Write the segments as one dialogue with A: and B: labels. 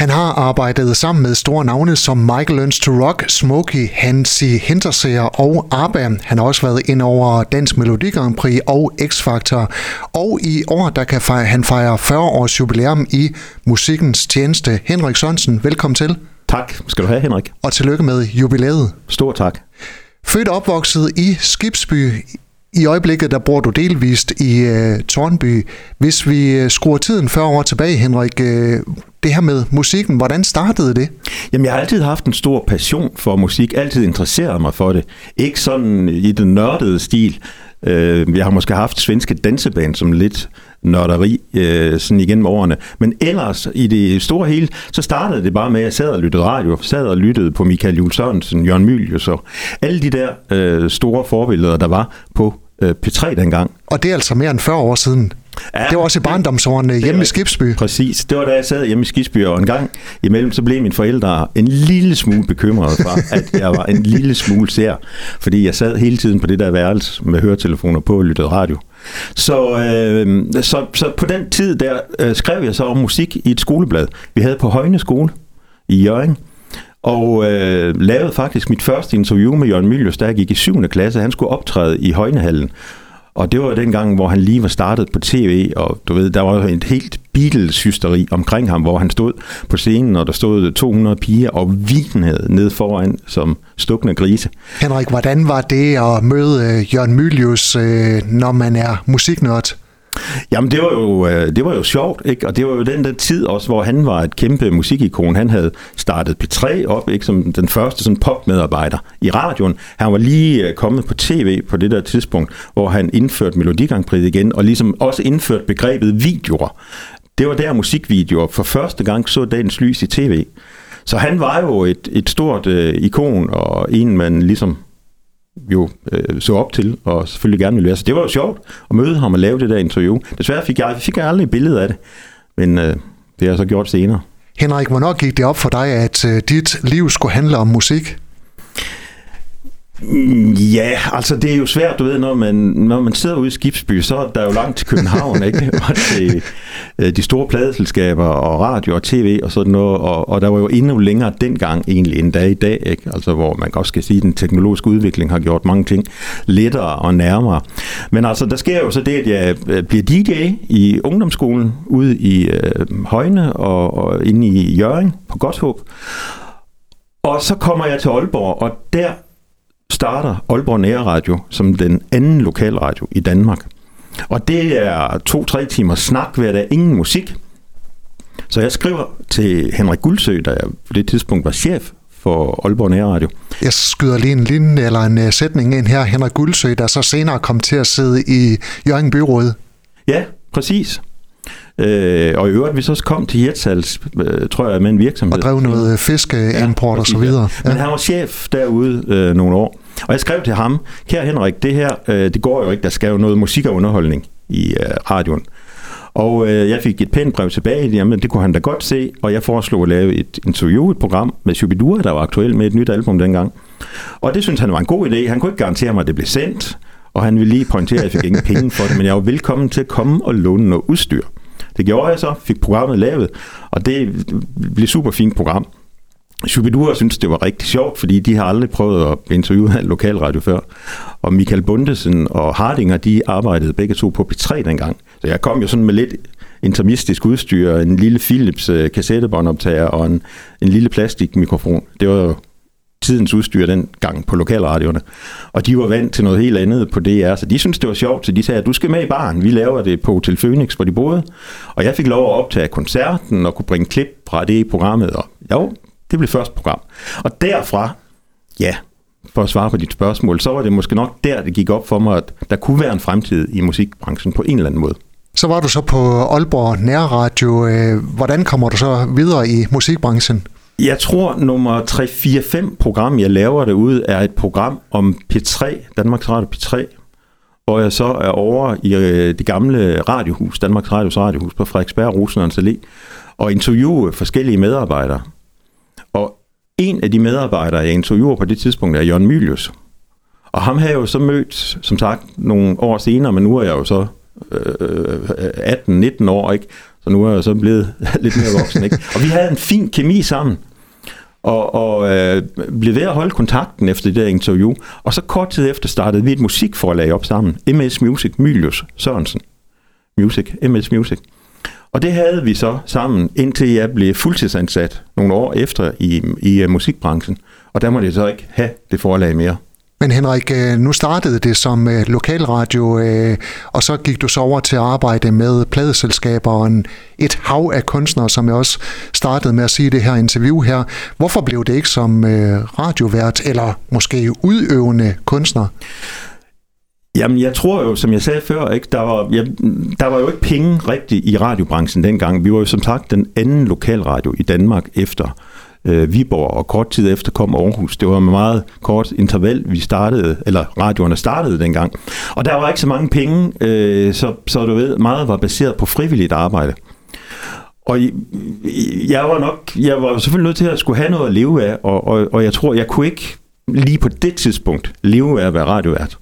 A: Han har arbejdet sammen med store navne som Michael Learns to Rock, Smokey, Hansi Hinterseer og ABBA. Han har også været ind over Dansk Melodi Grand Prix og X-Factor. Og i år der kan han fejre 40 års jubilæum i musikkens tjeneste. Henrik Sørensen, velkommen til.
B: Tak skal du have, Henrik.
A: Og tillykke med jubilæet.
B: Stor tak.
A: Født og opvokset i Skibsby. I øjeblikket der bor du delvist i Tårnby. Hvis vi skruer tiden 40 år tilbage, Henrik, det her med musikken, hvordan startede det?
B: Jamen, jeg har altid haft en stor passion for musik, altid interesseret mig for det. Ikke sådan i den nørdede stil. Jeg har måske haft svenske danseband som lidt nørderi sådan igennem årene. Men ellers, i det store hele, så startede det bare med, at jeg sad og lyttede radio, sad og lyttede på Michael Juul Sørensen, Jørgen Mylius og alle de der store forbilleder, der var på P3 dengang.
A: Og det er altså mere end 40 år siden. Ja, det var også i barndomsårene hjemme i Skibsby.
B: Præcis. Det var da jeg sad hjemme i Skibsby, og en gang imellem, så blev mine forældre en lille smule bekymrede for, at jeg var en lille smule sær, fordi jeg sad hele tiden på det der værelse med høretelefoner på og lyttede radio. Så på den tid der skrev jeg så om musik i et skoleblad. Vi havde på Højne Skole i Hjørring, og lavede faktisk mit første interview med Jørgen Mylius, da jeg gik i 7. klasse. Han skulle optræde i Højnehallen. Og det var den gang, hvor han lige var startet på tv, og du ved, der var et helt Beatles-hysteri omkring ham, hvor han stod på scenen, og der stod 200 piger og hvinede ned foran som stukne grise.
A: Henrik, hvordan var det at møde Jørgen Mylius, når man er musiknørd?
B: Jamen, det var jo sjovt, ikke? Og det var jo den der tid også, hvor han var et kæmpe musikikon. Han havde startet P3 op, ikke, som den første sådan popmedarbejder i radioen. Han var lige kommet på tv på det der tidspunkt, hvor han indførte Melodi Grand Prix igen, og ligesom også indførte begrebet videoer. Det var der musikvideoer for første gang så dagens lys i tv. Så han var jo et stort ikon, og en man ligesom så op til, og selvfølgelig gerne ville være. Så det var jo sjovt at møde ham og lave det der interview. Desværre fik jeg aldrig et billede af det, men det har jeg så gjort senere.
A: Henrik, hvornår gik det op for dig, at dit liv skulle handle om musik?
B: Ja, altså det er jo svært, du ved, når man sidder ude i Skibsby, så er der jo langt til København, ikke? Og til de store pladeselskaber og radio og tv og sådan noget, og der var jo endnu længere dengang egentlig end der i dag, ikke? Altså hvor man også skal sige, at den teknologiske udvikling har gjort mange ting lettere og nærmere. Men altså, der sker jo så det, at jeg bliver DJ i ungdomsskolen ude i Højne og inde i Hjørring på Godthåb. Og så kommer jeg til Aalborg, og der starter Aalborg Nærradio som den anden lokalradio i Danmark. Og det er 2-3 timer snak hver dag, ingen musik. Så jeg skriver til Henrik Guldsø, der på det tidspunkt var chef for Aalborg Nærradio. Jeg
A: skyder lige en linje eller en sætning ind her. Henrik Guldsø, der så senere kom til at sidde i Hjørring Byråd.
B: Ja, præcis. Og i øvrigt, vi så kom til Hirtshals, tror jeg, med en virksomhed.
A: Og drev noget fiskeimport og så videre.
B: Ja. Men han var chef derude nogle år. Og jeg skrev til ham, kære Henrik, det her, det går jo ikke, der skal jo noget musik og underholdning i radioen. Og jeg fik et pænt brev tilbage, jamen det kunne han da godt se, og jeg foreslog at lave et interview, et program med Shubidua, der var aktuel med et nyt album dengang. Og det synes han var en god idé. Han kunne ikke garantere mig, at det blev sendt, og han ville lige pointere, at jeg fik ingen penge for det, men jeg var velkommen til at komme og låne noget udstyr. Det gjorde jeg så, fik programmet lavet, og det blev et super fint program. Shubidua synes, det var rigtig sjovt, fordi de har aldrig prøvet at interviewe en lokalradio før. Og Michael Bundesen og Hardinger, de arbejdede begge to på P3 dengang. Så jeg kom jo sådan med lidt intermistisk udstyr, en lille Philips kassettebåndoptager og en lille plastikmikrofon. Det var jo tidens udstyr dengang på lokalradioerne. Og de var vant til noget helt andet på DR, så de syntes, det var sjovt, så de sagde, at du skal med i baren. Vi laver det på Hotel Phoenix, hvor de boede. Og jeg fik lov at optage koncerten og kunne bringe klip fra det i programmet. Og jo, det blev første program. Og derfra, ja, for at svare på dit spørgsmål, så var det måske nok der, det gik op for mig, at der kunne være en fremtid i musikbranchen på en eller anden måde.
A: Så var du så på Aalborg Nærradio. Hvordan kommer du så videre i musikbranchen?
B: Jeg tror, nummer 3-4-5 program, jeg laver derude, er et program om P3, Danmarks Radio P3, hvor jeg så er over i det gamle radiohus, Danmarks Radios radiohus på Frederiksberg, Rosenørns Allé, og interviewe forskellige medarbejdere. Og en af de medarbejdere, jeg interviewer på det tidspunkt, er Jørgen Mylius. Og ham har jeg jo så mødt, som sagt, nogle år senere, men nu er jeg jo så 18-19 år, ikke? Så nu er jeg så blevet lidt mere voksen, ikke? Og vi havde en fin kemi sammen, og blev ved at holde kontakten efter det der interview. Og så kort tid efter startede vi et musikforlag op sammen. MS Music, Mylius Sørensen Music, MS Music. Og det havde vi så sammen, indtil jeg blev fuldtidsansat nogle år efter i musikbranchen. Og der måtte jeg så ikke have det forlag mere.
A: Men Henrik, nu startede det som lokalradio, og så gik du så over til at arbejde med pladeselskaber og et hav af kunstnere, som jeg også startede med at sige i det her interview her. Hvorfor blev det ikke som radiovært, eller måske udøvende kunstner?
B: Jamen, jeg tror jo, som jeg sagde før, ikke, der var jo ikke penge rigtigt i radiobranchen dengang. Vi var jo som sagt den anden lokalradio i Danmark efter Viborg, og kort tid efter kom Aarhus. Det var med meget kort interval, vi startede, eller radioerne startede dengang. Og der var ikke så mange penge, så du ved, meget var baseret på frivilligt arbejde. Og jeg var selvfølgelig nødt til at skulle have noget at leve af, og jeg tror, jeg kunne ikke lige på det tidspunkt leve af at være radiovært.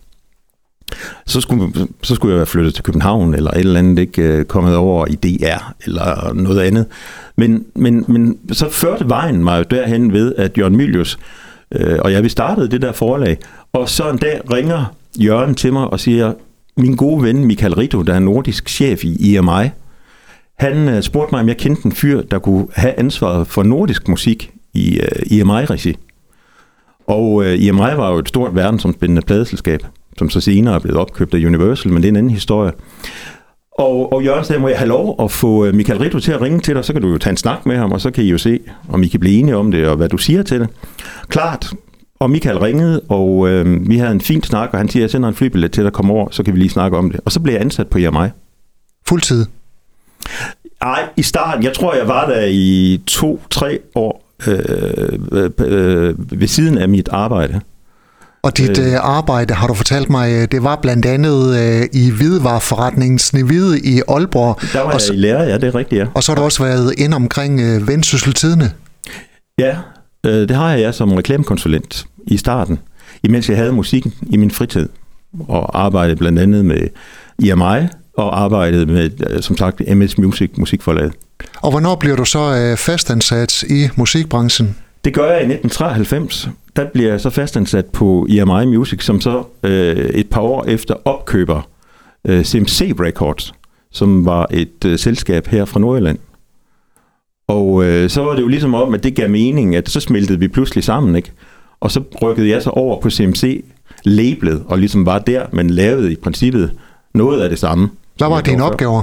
B: Så skulle jeg være flyttet til København, eller et eller andet, ikke kommet over i DR, eller noget andet. Men så førte vejen mig jo derhen ved, at Jørgen Mylius og vi startede det der forlag, og så en dag ringer Jørgen til mig og siger, min gode ven Michael Rito, der er nordisk chef i EMI, han spurgte mig, om jeg kendte en fyr, der kunne have ansvaret for nordisk musik i EMI-regi. Og EMI var jo et stort verdensomspændende pladeselskab, som så senere er blevet opkøbt af Universal, men det er en anden historie. Og Jørgen sagde, må jeg have lov at få Michael Rito til at ringe til dig, så kan du jo tage en snak med ham, og så kan I jo se, om I kan blive enige om det, og hvad du siger til det. Klart. Og Michael ringede, og vi havde en fin snak, og han siger, jeg sender en flybillet til dig, kom over, så kan vi lige snakke om det. Og så blev jeg ansat på EMI.
A: Fuldtid?
B: Nej, i starten, jeg tror, jeg var der i 2-3 år ved siden af mit arbejde.
A: Og dit arbejde, har du fortalt mig, det var blandt andet i hvidevareforretningen Snehvide i Aalborg.
B: Der var jeg i lærer, ja, det er rigtigt, ja.
A: Og så har du også været ind omkring Vendsyssel Tidende. Ja,
B: det har jeg som reklamekonsulent i starten, imens jeg havde musikken i min fritid, og arbejdede blandt andet med EMI, og arbejdede med, som sagt, MS Music, musikforlaget.
A: Og hvornår bliver du så fastansat i musikbranchen?
B: Det gør jeg i 1993. Der bliver jeg så fastansat på EMI Music, som så et par år efter opkøber CMC Records, som var et selskab her fra Nordjylland. Og så var det jo ligesom om, at det gav mening, at så smeltede vi pludselig sammen, ikke? Og så rykkede jeg så over på CMC-labelet, og ligesom var der, men lavede i princippet noget af det samme.
A: Hvad var dine opgaver?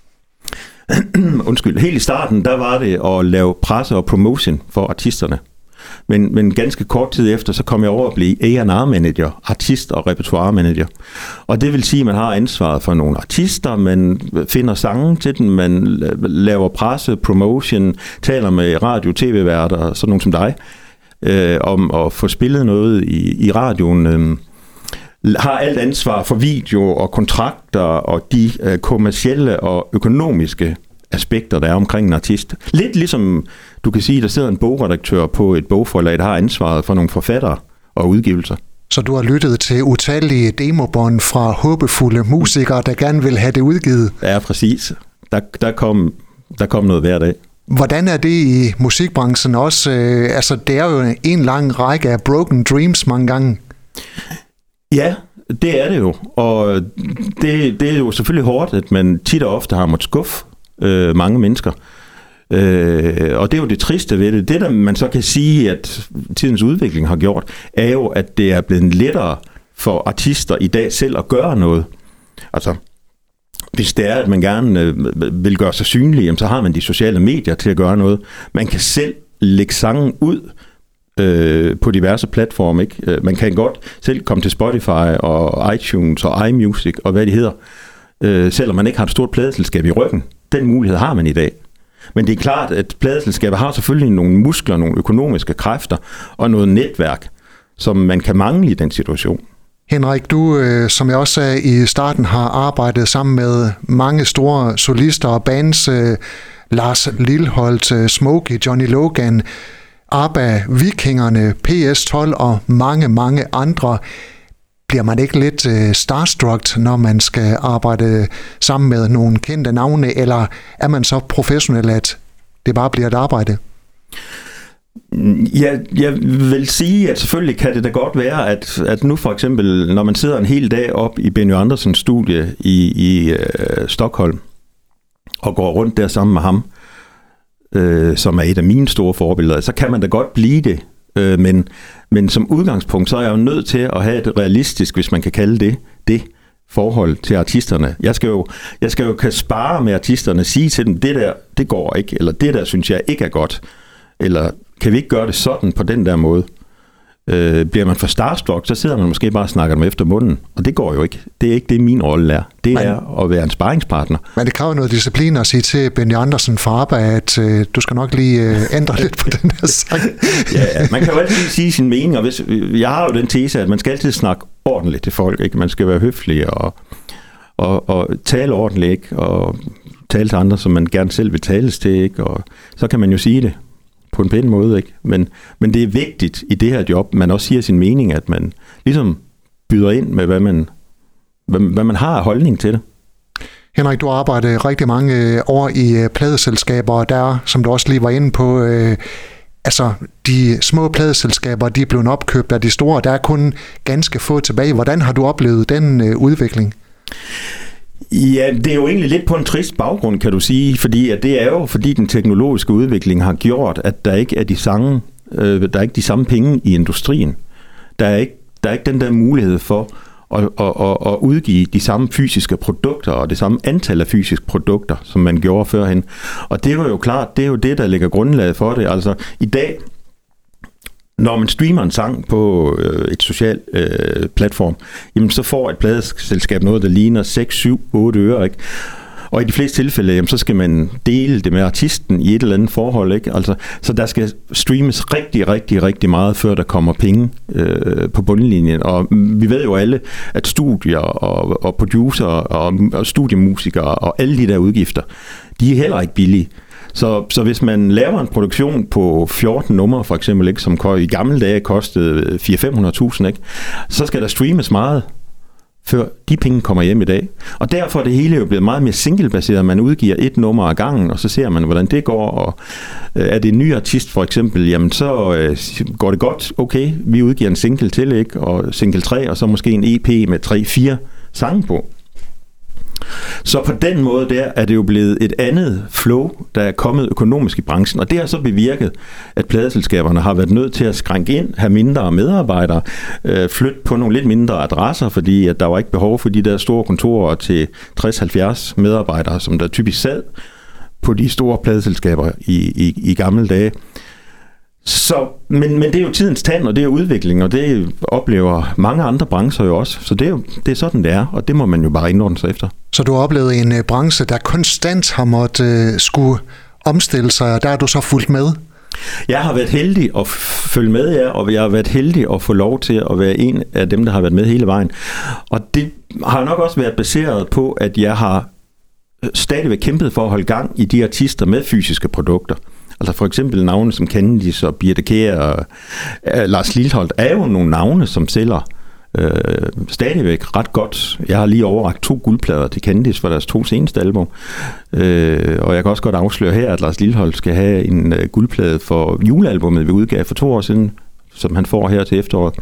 B: Undskyld, helt i starten, der var det at lave presse og promotion for artisterne. Men ganske kort tid efter, så kom jeg over at blive A&R-manager, artist- og repertoire-manager. Og det vil sige, at man har ansvaret for nogle artister, man finder sange til dem, man laver presse, promotion, taler med radio- tv-værter og sådan nogle som dig, om at få spillet noget i radioen. Har alt ansvar for video og kontrakter og de kommercielle og økonomiske aspekter, der er omkring en artist. Lidt ligesom, du kan sige, der sidder en bogredaktør på et bogforlag, der har ansvaret for nogle forfattere og udgivelser.
A: Så du har lyttet til utallige demobånd fra håbefulde musikere, der gerne vil have det udgivet?
B: Ja, præcis. Der kom noget hver dag.
A: Hvordan er det i musikbranchen også? Altså, det er jo en lang række af broken dreams mange gange. Ja,
B: det er det jo. Og det er jo selvfølgelig hårdt, at man tit og ofte har måttet skuffe mange mennesker. Og det er jo det triste ved det. Det, der man så kan sige, at tidens udvikling har gjort, er jo, at det er blevet lettere for artister i dag selv at gøre noget. Altså, hvis det er, at man gerne vil gøre sig synlig, så har man de sociale medier til at gøre noget. Man kan selv lægge sangen ud på diverse platforme, ikke? Man kan godt selv komme til Spotify og iTunes og iMusic og hvad de hedder, selvom man ikke har et stort pladeselskab i ryggen. Den mulighed har man i dag. Men det er klart, at pladeselskaber har selvfølgelig nogle muskler, nogle økonomiske kræfter og noget netværk, som man kan mangle i den situation.
A: Henrik, du, som jeg også sagde i starten, har arbejdet sammen med mange store solister og bands. Lars Lilholt, Smokey, Johnny Logan, ABBA, Vikingerne, PS12 og mange, mange andre. bliver man ikke lidt starstruck, når man skal arbejde sammen med nogle kendte navne, eller er man så professionel, at det bare bliver et arbejde?
B: Ja, jeg vil sige, at selvfølgelig kan det da godt være, at nu for eksempel, når man sidder en hel dag op i Benny Andersens studie i Stockholm, og går rundt der sammen med ham, som er et af mine store forbilleder, så kan man da godt blive det. Men som udgangspunkt, så er jeg jo nødt til at have et realistisk, hvis man kan kalde det forhold til artisterne. Jeg skal jo kan spare med artisterne, sige til dem, det der, det går ikke, eller det der synes jeg ikke er godt, eller kan vi ikke gøre det sådan på den der måde? Bliver man for starstruck, så sidder man måske bare og snakker dem efter munden, og det går jo ikke. Det er ikke det, min rolle er. Det er at være en sparringspartner.
A: Men det kræver noget disciplin at sige til Benny Andersen fra ABBA, at du skal nok lige ændre lidt på den her sang.
B: Ja, man kan jo altid sige sin mening, og jeg har jo den tese, at man skal altid snakke ordentligt til folk, ikke? Man skal være høflig og tale ordentligt, ikke? Og tale til andre, som man gerne selv vil tales til, ikke? Og så kan man jo sige det på en pæn måde, ikke? Men det er vigtigt i det her job, man også siger sin mening, at man ligesom byder ind med, hvad man har af holdning til det.
A: Henrik, du har arbejdet rigtig mange år i pladeselskaber, og der, som du også lige var inde på, de små pladeselskaber, de er blevet opkøbt af de store, der er kun ganske få tilbage. Hvordan har du oplevet den udvikling?
B: Ja, det er jo egentlig lidt på en trist baggrund, kan du sige, fordi at det er jo, fordi den teknologiske udvikling har gjort, at der ikke er de samme penge i industrien. Der er ikke den der mulighed for at udgive de samme fysiske produkter og det samme antal af fysiske produkter, som man gjorde førhen. Og det var jo klart, det er jo det, der ligger grundlaget for det. Altså i dag, når man streamer en sang på et socialt platform, jamen så får et pladeselskab noget, der ligner 6, 7, 8 øre, ikke? Og i de fleste tilfælde, jamen, så skal man dele det med artisten i et eller andet forhold, ikke? Altså, så der skal streames rigtig, rigtig, rigtig meget, før der kommer penge på bundlinjen. Og vi ved jo alle, at studier og producer og studiemusikere og alle de der udgifter, de er heller ikke billige. Så hvis man laver en produktion på 14 numre, for eksempel, ikke, som i gamle dage kostede 400-500.000, ikke, så skal der streames meget, før de penge kommer hjem i dag. Og derfor er det hele jo blevet meget mere singlebaseret. Man udgiver et nummer ad gangen, og så ser man, hvordan det går. Og er det en ny artist, for eksempel, jamen så går det godt. Okay, vi udgiver en single til, ikke, og single 3, og så måske en EP med 3-4 sange på. Så på den måde der er det jo blevet et andet flow, der er kommet økonomisk i branchen, og det har så bevirket, at pladeselskaberne har været nødt til at skrænke ind, have mindre medarbejdere, flytte på nogle lidt mindre adresser, fordi at der var ikke behov for de der store kontorer til 60-70 medarbejdere, som der typisk sad på de store pladeselskaber i gamle dage. Så, men det er jo tidens tand, og det er udvikling, og det oplever mange andre brancher jo også. Så det er sådan, det er, og det må man jo bare indordne sig efter.
A: Så du har oplevet en branche, der konstant har måttet skulle omstille sig, og der er du så fulgt med?
B: Jeg har været heldig at følge med jer, og jeg har været heldig at få lov til at være en af dem, der har været med hele vejen. Og det har nok også været baseret på, at jeg har stadigvæk kæmpet for at holde gang i de artister med fysiske produkter. Altså for eksempel navne som Candice og Birthe Kjær og Lars Lilholt er jo nogle navne, som sælger stadigvæk ret godt. Jeg har lige overrakt 2 guldplader til Candice for deres 2 seneste album. Og jeg kan også godt afsløre her, at Lars Lilholt skal have en guldplade for julealbummet, vi udgav for 2 år siden, som han får her til efteråret.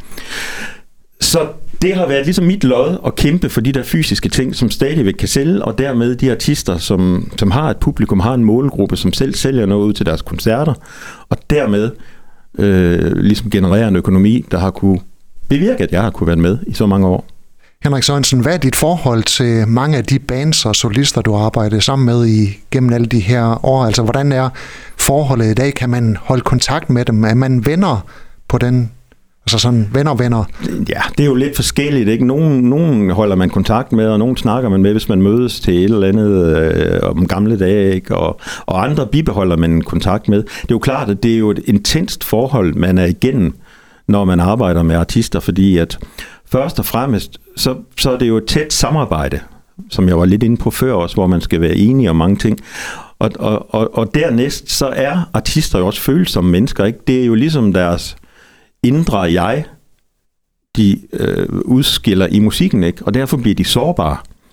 B: Så det har været ligesom mit lod at kæmpe for de der fysiske ting, som stadigvæk kan sælge, og dermed de artister, som har et publikum, har en målgruppe, som selv sælger noget ud til deres koncerter, og dermed ligesom generere en økonomi, der har kunne bevirke, at jeg har kunne være med i så mange år.
A: Henrik Sørensen, hvad er dit forhold til mange af de bands og solister, du har arbejdet sammen med gennem alle de her år? Altså, hvordan er forholdet i dag? Kan man holde kontakt med dem? Er man venner på den? Altså sådan venner?
B: Ja, det er jo lidt forskelligt, ikke? Nogen holder man kontakt med, og nogen snakker man med, hvis man mødes til et eller andet om gamle dage, ikke? Og andre bibeholder man kontakt med. Det er jo klart, at det er jo et intenst forhold, man er igennem, når man arbejder med artister, fordi at først og fremmest, så er det jo et tæt samarbejde, som jeg var lidt inde på før også, hvor man skal være enige om mange ting. Og dernæst, så er artister jo også følsomme mennesker, ikke? Det er jo ligesom deres indre jeg, de udskiller i musikken, ikke? Og derfor bliver de sårbare.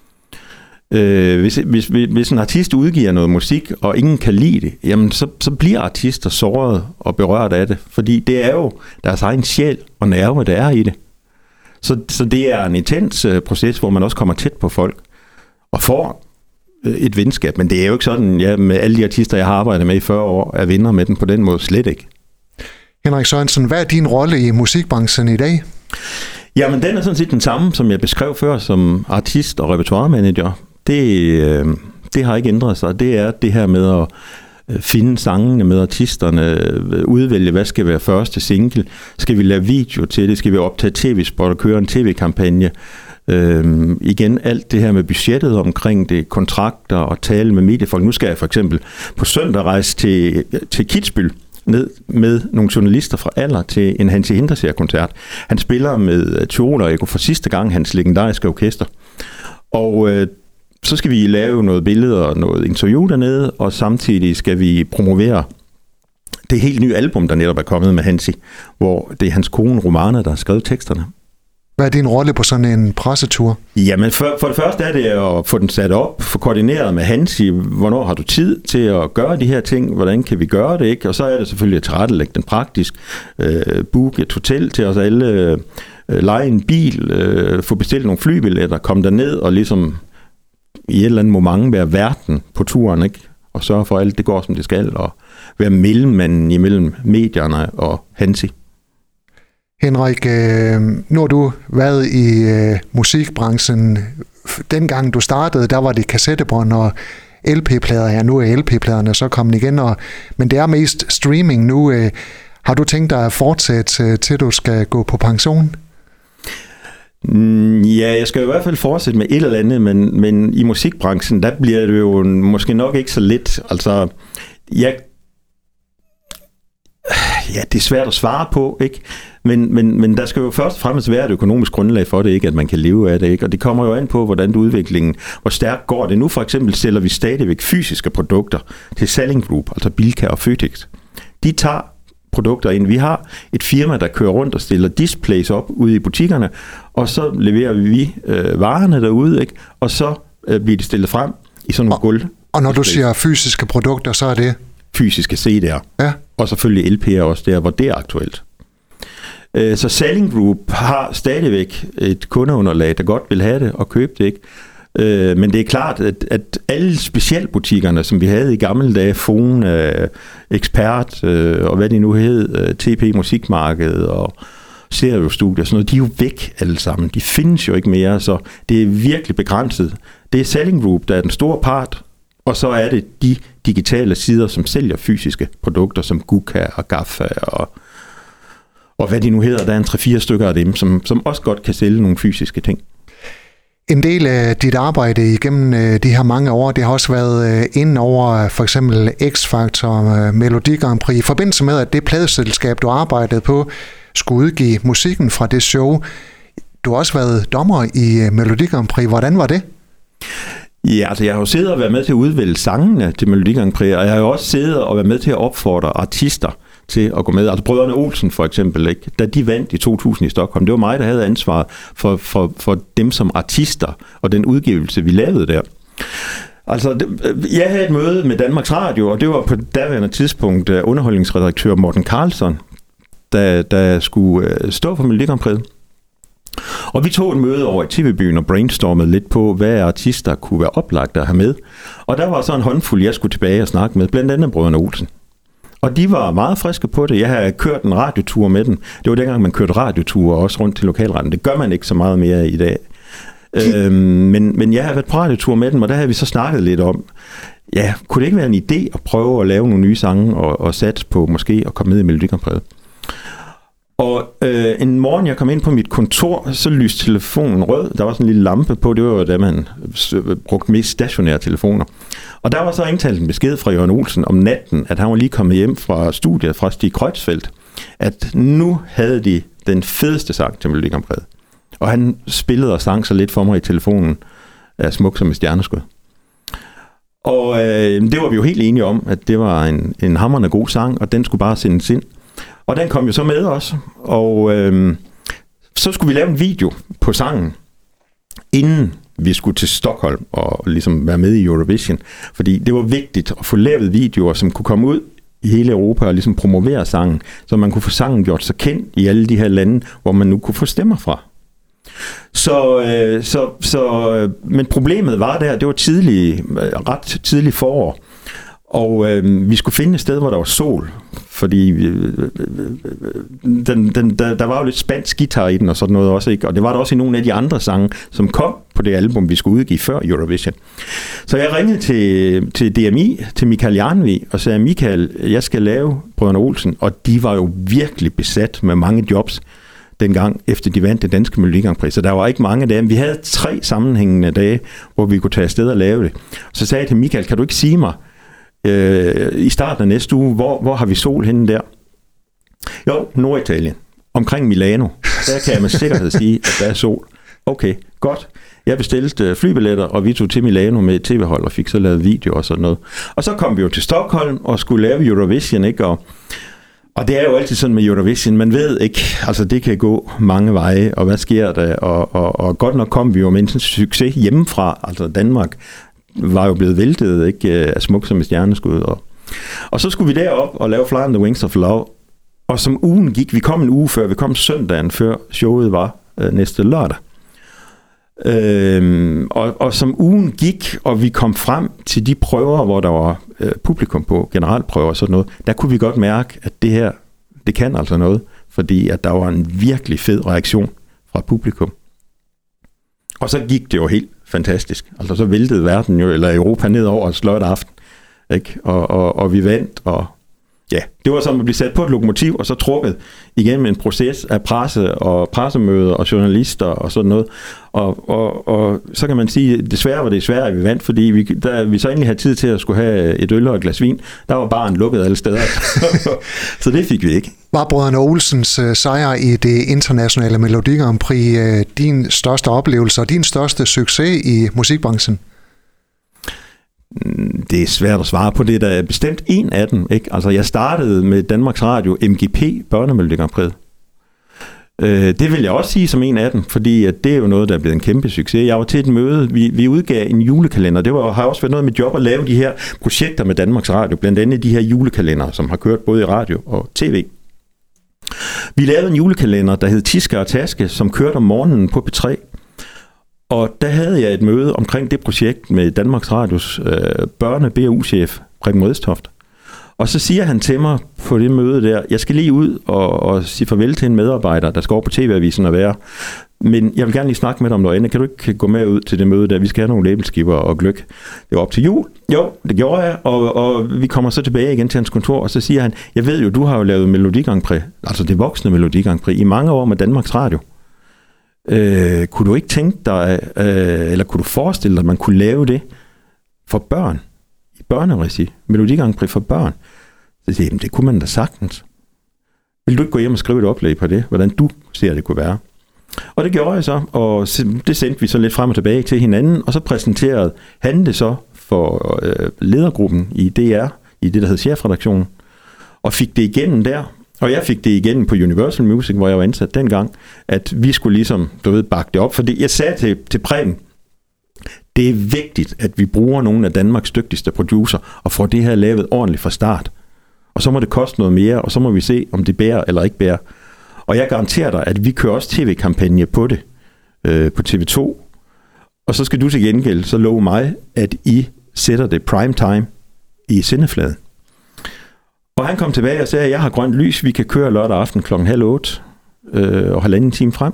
B: Hvis en artist udgiver noget musik, og ingen kan lide det, jamen så bliver artister såret og berørt af det, fordi det er jo deres egen sjæl og nerve, der er i det. Så det er en intens proces, hvor man også kommer tæt på folk og får et venskab, men det er jo ikke sådan, ja, med alle de artister, jeg har arbejdet med i 40 år, er venner med dem på den måde, slet ikke.
A: Henrik Sørensen, hvad er din rolle i musikbranchen i dag?
B: Jamen, den er sådan set den samme, som jeg beskrev før som artist og repertoiremanager. Det har ikke ændret sig. Det er det her med at finde sangene med artisterne, udvælge, hvad skal være første single, skal vi lave video til det, skal vi optage tv-spot og køre en tv-kampagne. Igen alt det her med budgettet omkring det, kontrakter og tale med mediefolk. Nu skal jeg for eksempel på søndag rejse til Kitzbühel ned med nogle journalister fra Aller til en Hansi Hinterseer-koncert. Han spiller med Tyroler og Eko for sidste gang, hans legendariske orkester. Og så skal vi lave noget billeder og noget interview dernede, og samtidig skal vi promovere det helt nye album, der netop er kommet med Hansi, hvor det er hans kone Romana, der har skrevet teksterne.
A: Hvad er din rolle på sådan en pressetur?
B: Jamen, for det første er det at få den sat op, få koordineret med Hansi, hvornår har du tid til at gøre de her ting, hvordan kan vi gøre det, ikke? Og så er det selvfølgelig at tilrettelægge den praktisk, booke et hotel til os alle, leje en bil, få bestilt nogle flybilletter, komme derned og ligesom i et eller andet moment være værten på turen, ikke? Og sørge for, at alt det går, som det skal, og være mellemmanden imellem medierne og Hansi.
A: Henrik, nu har du været i musikbranchen. Dengang du startede, der var det kassettebånd og LP-plader. Ja, nu er LP-pladerne så kommet igen, men det er mest streaming nu. Har du tænkt dig at fortsætte, til du skal gå på pension?
B: Ja, jeg skal i hvert fald fortsætte med et eller andet, men i musikbranchen, der bliver det jo måske nok ikke så let. Altså, ja, det er svært at svare på, ikke? Men der skal jo først og fremmest være et økonomisk grundlag for det, ikke? At man kan leve af det, ikke? Og det kommer jo an på, hvordan udviklingen, hvor stærkt går det. Nu for eksempel sælger vi stadigvæk fysiske produkter til Salling Group, altså Bilka og Føtex. De tager produkter ind. Vi har et firma, der kører rundt og stiller displays op ude i butikkerne, og så leverer vi varerne derude, ikke? Og så bliver de stillet frem i sådan nogle gulv.
A: Og når du siger fysiske produkter, så er det?
B: Fysiske CD'er. Ja. Og selvfølgelig LP'er også der, hvor det er aktuelt. Så Salling Group har stadigvæk et kundeunderlag, der godt vil have det og købe det, ikke? Men det er klart, at alle specialbutikkerne, som vi havde i gamle dage, Fone, Ekspert og hvad de nu hed, TP Musikmarked og Stereo Studio og sådan noget, de er jo væk alle sammen. De findes jo ikke mere, så det er virkelig begrænset. Det er Salling Group, der er den store part, og så er det de digitale sider, som sælger fysiske produkter, som Guka og Gaffa og hvad de nu hedder. Der er en 3-4 stykker af dem, som også godt kan sælge nogle fysiske ting.
A: En del af dit arbejde igennem de her mange år, det har også været inden over for eksempel X-Factor, Melodi Grand Prix, i forbindelse med, at det pladeselskab, du arbejdede på, skulle udgive musikken fra det show. Du har også været dommer i Melodi Grand Prix. Hvordan var det?
B: Ja, altså jeg har jo siddet og været med til at udvælge sangene til Melodi Grand Prix, og jeg har jo også siddet og været med til at opfordre artister til at gå med. Altså Brødrene Olsen for eksempel, ikke? Da de vandt i 2000 i Stockholm, det var mig, der havde ansvaret for dem som artister og den udgivelse, vi lavede der. Altså, jeg havde et møde med Danmarks Radio, og det var på daværende tidspunkt underholdningsredaktør Morten Karlsson, der skulle stå for Melodi Grand Prix. Og vi tog et møde over i TV-byen og brainstormede lidt på, hvad artister kunne være oplagt at have med. Og der var så en håndfuld, jeg skulle tilbage og snakke med, blandt andet Brødrene Olsen. Og de var meget friske på det. Jeg havde kørt en radiotur med dem. Det var dengang, man kørte radioture også rundt til lokalradioen. Det gør man ikke så meget mere i dag. Men jeg har været på radiotur med dem, og der havde vi så snakket lidt om, ja, kunne det ikke være en idé at prøve at lave nogle nye sange og satse på måske at komme med i Melodi Grand Prix? Og en morgen, jeg kom ind på mit kontor, så lyste telefonen rød. Der var sådan en lille lampe på. Det var jo da man brugte mest stationære telefoner. Og der var så indtalt en besked fra Jørgen Olsen om natten, at han var lige kommet hjem fra studiet fra Stig Kreutzfeldt, at nu havde de den fedeste sang til Melodi Grand Prix. Og han spillede og sang så lidt for mig i telefonen af Smuk som et stjerneskud. Og det var vi jo helt enige om, at det var en hamrende god sang, og den skulle bare sendes ind. Og den kom jo så med også, og så skulle vi lave en video på sangen, inden vi skulle til Stockholm og ligesom være med i Eurovision. Fordi det var vigtigt at få lavet videoer, som kunne komme ud i hele Europa og ligesom promovere sangen, så man kunne få sangen gjort så kendt i alle de her lande, hvor man nu kunne få stemmer fra. Men problemet var det var ret tidlig forår, og vi skulle finde et sted, hvor der var sol, fordi der var jo lidt spansk guitar i den og sådan noget også, ikke? Og det var der også i nogle af de andre sange, som kom på det album, vi skulle udgive før Eurovision. Så jeg ringede til DMI, til Michael Jarnvig, og sagde, Michael, jeg skal lave Brødrene Olsen, og de var jo virkelig besat med mange jobs dengang, efter de vandt det danske Melodi Grand Prix. Så der var ikke mange dage. Vi havde 3 sammenhængende dage, hvor vi kunne tage afsted og lave det. Så sagde jeg til Michael, kan du ikke sige mig, i starten af næste uge, hvor har vi sol henne der? Jo, Norditalien. Omkring Milano. Der kan jeg med sikkerhed sige, at der er sol. Okay, godt. Jeg bestilte flybilletter, og vi tog til Milano med et tv-hold og fik så lavet video og sådan noget. Og så kom vi jo til Stockholm og skulle lave Eurovision, ikke? Og det er jo altid sådan med Eurovision, man ved ikke, altså det kan gå mange veje, og hvad sker der? Og godt nok kom vi jo med en succes hjemmefra, altså Danmark var jo blevet væltet, ikke, af Smuk som et stjerneskud. Og så skulle vi derop og lave Fly on the Wings of Love, og som ugen gik, vi kom en uge før, vi kom søndagen før showet var næste lørdag. Og som ugen gik, og vi kom frem til de prøver, hvor der var publikum på, generalprøver og sådan noget, der kunne vi godt mærke, at det her, det kan altså noget, fordi at der var en virkelig fed reaktion fra publikum. Og så gik det jo helt fantastisk. Altså så væltede verden jo, eller Europa ned over et lørdag aften, ikke? Og vi vandt, og ja, det var som at blive sat på et lokomotiv, og så trukket igennem en proces af presse og pressemøder og journalister og sådan noget. Og så kan man sige, desværre var det svært, at vi vandt, fordi da vi så endelig havde tid til at skulle have et øl og et glas vin, der var baren lukket alle steder. Så det fik vi ikke.
A: Var Brødrene Olsens sejr i det internationale Melodi Grand Prix din største oplevelse og din største succes i musikbranchen?
B: Det er svært at svare på det, der er bestemt en af dem, ikke? Altså, jeg startede med Danmarks Radio MGP Børnemelodi Grand Prix. Det vil jeg også sige som en af dem, fordi at det er jo noget, der er blevet en kæmpe succes. Jeg var til et møde, vi udgav en julekalender. Det har også været noget med job at lave de her projekter med Danmarks Radio, blandt andet de her julekalender, som har kørt både i radio og tv. Vi lavede en julekalender, der hed Tiske og Taske, som kørte om morgenen på P3. Og der havde jeg et møde omkring det projekt med Danmarks Radios børne-BU-chef, Preben Rødstoft. Og så siger han til mig på det møde der, jeg skal lige ud og sige farvel til en medarbejder, der skal over på TV-avisen og være. Men jeg vil gerne lige snakke med dig om noget andet. Kan du ikke gå med ud til det møde der? Vi skal have nogle læbelskiver og gløgg. Det var op til jul. Jo, det gjorde jeg. Og vi kommer så tilbage igen til hans kontor, og så siger han, jeg ved jo, du har jo lavet Melodi Grand Prix, altså det voksne Melodi Grand Prix, i mange år med Danmarks Radio. Kunne du ikke tænke dig, eller kunne du forestille dig, at man kunne lave det for børn, i børneregi, Melodi Grand Prix for børn? Så siger jeg, det kunne man da sagtens. Vil du ikke gå hjem og skrive et oplæg på det, hvordan du ser, det kunne være? Og det gjorde jeg så, og det sendte vi så lidt frem og tilbage til hinanden, og så præsenterede han det så for ledergruppen i DR, i det, der hed chefredaktionen, og fik det igennem der. Og jeg fik det igen på Universal Music, hvor jeg var ansat dengang, at vi skulle ligesom, bakke det op. Fordi jeg sagde til Preben, det er vigtigt, at vi bruger nogle af Danmarks dygtigste producer, og får det her lavet ordentligt fra start. Og så må det koste noget mere, og så må vi se, om det bærer eller ikke bærer. Og jeg garanterer dig, at vi kører også tv-kampagne på det, på TV2. Og så skal du til gengæld så love mig, at I sætter det prime time i sendefladen. Og han kom tilbage og sagde, at jeg har grønt lys, vi kan køre lørdag aften 7:30 og 1,5 time frem.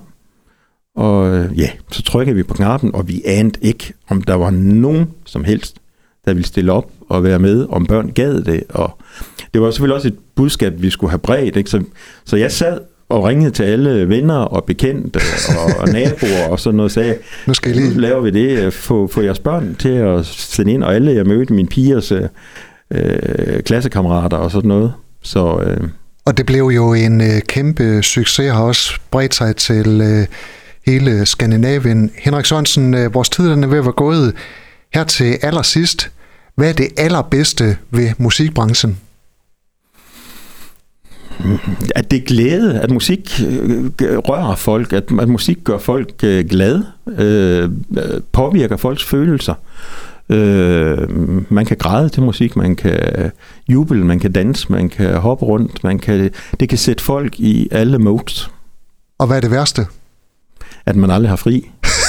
B: Og ja, så trykker vi på knappen, og vi anede ikke, om der var nogen som helst, der ville stille op og være med, om børn gad det. Og det var selvfølgelig også et budskab, vi skulle have bredt, ikke? Så jeg sad og ringede til alle venner og bekendte og naboer og sådan noget, og sagde, nu laver vi det, få jeres børn til at sende ind, og alle jeg mødte, mine pigers klassekammerater og sådan noget.
A: Og det blev jo en kæmpe succes, har også bredt sig til hele Skandinavien. Henrik Sørensen, vores tid er ved at være gået. Her til allersidst, hvad er det allerbedste ved musikbranchen?
B: at det er glæde, at musik rører folk, at musik gør folk glade, påvirker folks følelser. Man kan græde til musik, man kan juble, man kan danse, man kan hoppe rundt, det kan sætte folk i alle modes.
A: Og hvad er det værste?
B: At man aldrig har fri.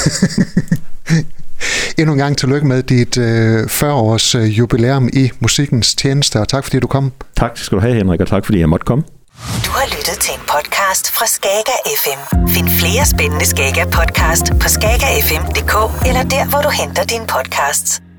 A: Endnu en gang tillykke med dit 40-års jubilæum i musikkens tjeneste, og tak fordi du kom.
B: Tak skal du have, Henrik, og tak fordi jeg måtte komme.
C: Du har lyttet til en podcast fra Skager FM. Find flere spændende Skager podcast på skagerfm.dk eller der, hvor du henter dine podcasts.